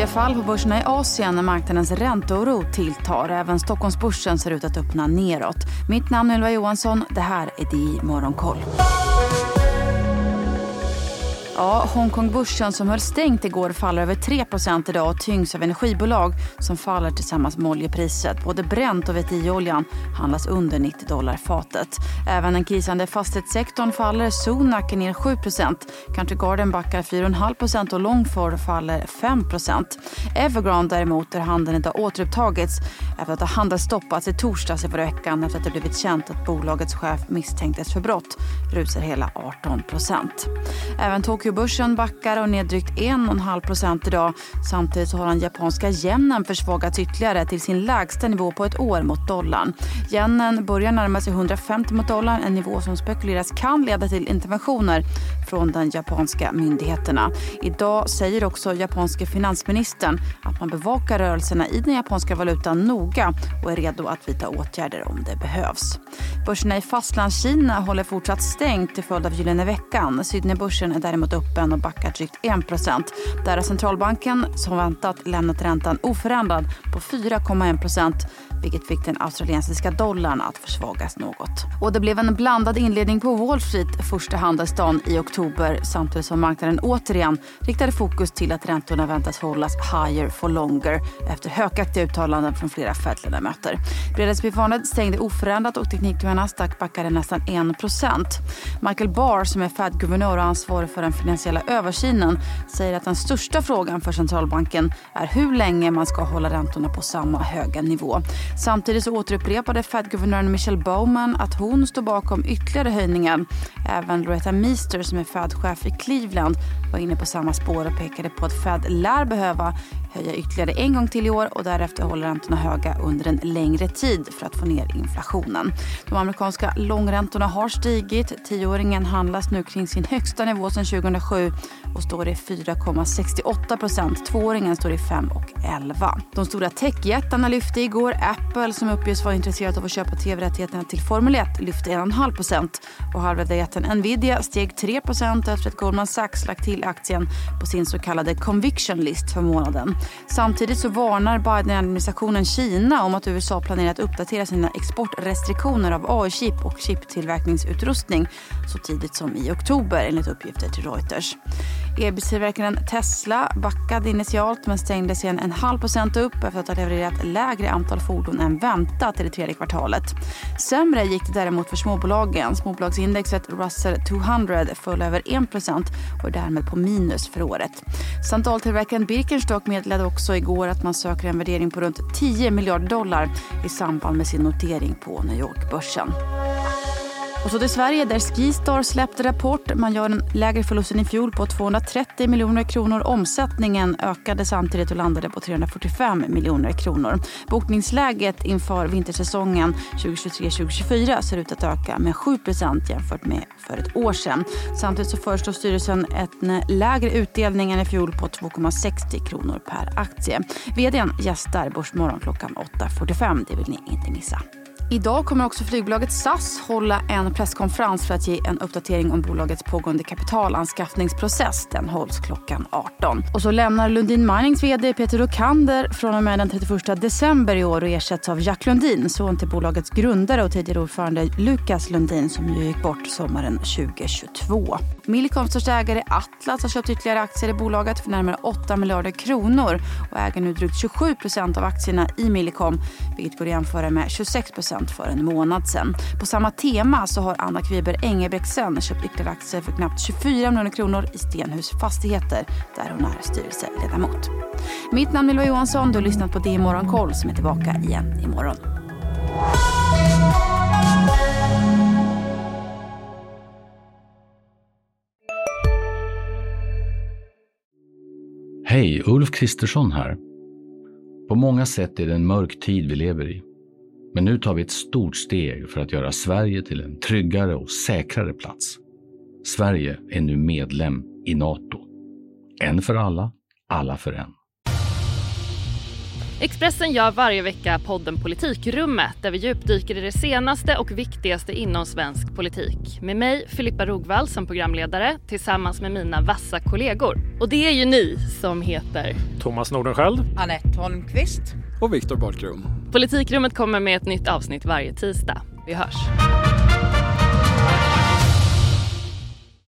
kraftiga fall på börserna i Asien när marknadens ränteoro tilltar. Även Stockholmsbörsen ser ut att öppna neråt. Mitt namn är Ylva Johansson. Det här är DI Morgonkoll. Ja, Hongkongbörsen som höll stängt igår faller över 3% idag och tyngs av energibolag som faller tillsammans med oljepriset. Både Brent och VTI-oljan handlas under $90 fatet. Även den krisande fastighetssektorn faller. Sonac är ner 7%. Country Garden backar 4,5% och Longfor faller 5%. Evergrande däremot där handeln inte har återupptagits efter att ha handelsstoppats i torsdags i förra veckan efter att det blivit känt att bolagets chef misstänktes för brott, rusar hela 18%. Även Tokyo-börsen backar och ner drygt 1,5% idag. Samtidigt så har den japanska yenen försvagats ytterligare till sin lägsta nivå på ett år mot dollarn. Yenen börjar närma sig 150 mot dollarn, en nivå som spekuleras kan leda till interventioner från den japanska myndigheterna. Idag säger också japanska finansministern att man bevakar rörelserna i den japanska valutan noga och är redo att vidta åtgärder om det behövs. Börserna i fastlandskina håller fortsatt stängt till följd av gyllene veckan. Sydneybörsen är däremot öppen och backar drygt 1%. Där har centralbanken som väntat lämnat räntan oförändrad på 4,1%, vilket fick den australiensiska dollarn att försvagas något. Och det blev en blandad inledning på Wall Street första handelsdagen i oktober, samtidigt som marknaden återigen riktade fokus till att räntorna väntas hållas higher for longer efter högaktiga uttalanden från flera Fed-ledamöter. Bredasbyfondet stängde oförändrat och teknikturerna Nasdaq backade nästan 1%. Michael Barr, som är Fed-guvernör och ansvarig för den finansiella översynen, säger att den största frågan för centralbanken är hur länge man ska hålla räntorna på samma höga nivå. Samtidigt så återupprepade Fed-guvernören Michelle Bowman att hon står bakom ytterligare höjningar. Även Loretta Mester, som är Fed-chef i Cleveland, var inne på samma spår och pekade på att Fed lär behöva höja ytterligare en gång till i år och därefter håller räntorna höga under en längre tid för att få ner inflationen. De amerikanska långräntorna har stigit. 10-åringen handlas nu kring sin högsta nivå sedan 2007 och står i 4,68%. 2-åringen står i 5,11%. De stora techjättarna lyfte igår. Apple, som uppges vara intresserad av att köpa tv-rättigheterna till Formel 1, lyfte 1,5%. Och halvledarjätten Nvidia steg 3% efter att Goldman Sachs lagt till aktien på sin så kallade conviction list för månaden. Samtidigt så varnar Biden-administrationen Kina om att USA planerar att uppdatera sina exportrestriktioner av AI-chip och chiptillverkningsutrustning så tidigt som i oktober, enligt uppgifter till Reuters. Elbilstillverkaren Tesla backade initialt men stängde sen 0,5% upp efter att ha levererat lägre antal fordon än väntat i det tredje kvartalet. Sämre gick det däremot för småbolagen. Småbolagsindexet Russell 200 föll över 1% och är därmed på minus för året. Sandaltillverkaren Birkenstock meddelade också igår att man söker en värdering på runt $10 miljarder i samband med sin notering på New York-börsen. Och så till Sverige där Skistar släppte rapport. Man gör en lägre förlust än i fjol på 230 miljoner kronor. Omsättningen ökade samtidigt och landade på 345 miljoner kronor. Bokningsläget inför vintersäsongen 2023-2024 ser ut att öka med 7% jämfört med för ett år sedan. Samtidigt så föreslår styrelsen en lägre utdelning än i fjol på 2,60 kronor per aktie. VD:n gästar Börsmorgon klockan 8:45. Det vill ni inte missa. Idag kommer också flygbolaget SAS hålla en presskonferens för att ge en uppdatering om bolagets pågående kapitalanskaffningsprocess. Den hålls klockan 18. Och så lämnar Lundin Minings vd Peter Rokander från och med den 31 december i år och ersätts av Jack Lundin, son till bolagets grundare och tidigare ordförande Lukas Lundin, som ju gick bort sommaren 2022. Millicom största ägare Atlas har köpt ytterligare aktier i bolaget för närmare 8 miljarder kronor och äger nu drygt 27% av aktierna i Millicom, vilket går att jämföra med 26% för en månad sedan. På samma tema så har Anna Kviber Engelbrektsen köpt ytterligare aktier för knappt 24 miljoner kronor i Stenhus Fastigheter, där hon är styrelseledamot. Mitt namn är Ylva Johansson, du har lyssnat på DI Morgonkoll som är tillbaka igen imorgon. Hej, Ulf Kristersson här. På många sätt är det en mörk tid vi lever i. Men nu tar vi ett stort steg för att göra Sverige till en tryggare och säkrare plats. Sverige är nu medlem i NATO. En för alla, alla för en. Expressen gör varje vecka podden Politikrummet där vi djupdyker i det senaste och viktigaste inom svensk politik. Med mig, Filippa Rogvall, som programledare tillsammans med mina vassa kollegor. Och det är ju ni som heter Thomas Nordenskjöld, Anette Holmqvist och Viktor Bartkron. Politikrummet kommer med ett nytt avsnitt varje tisdag. Vi hörs.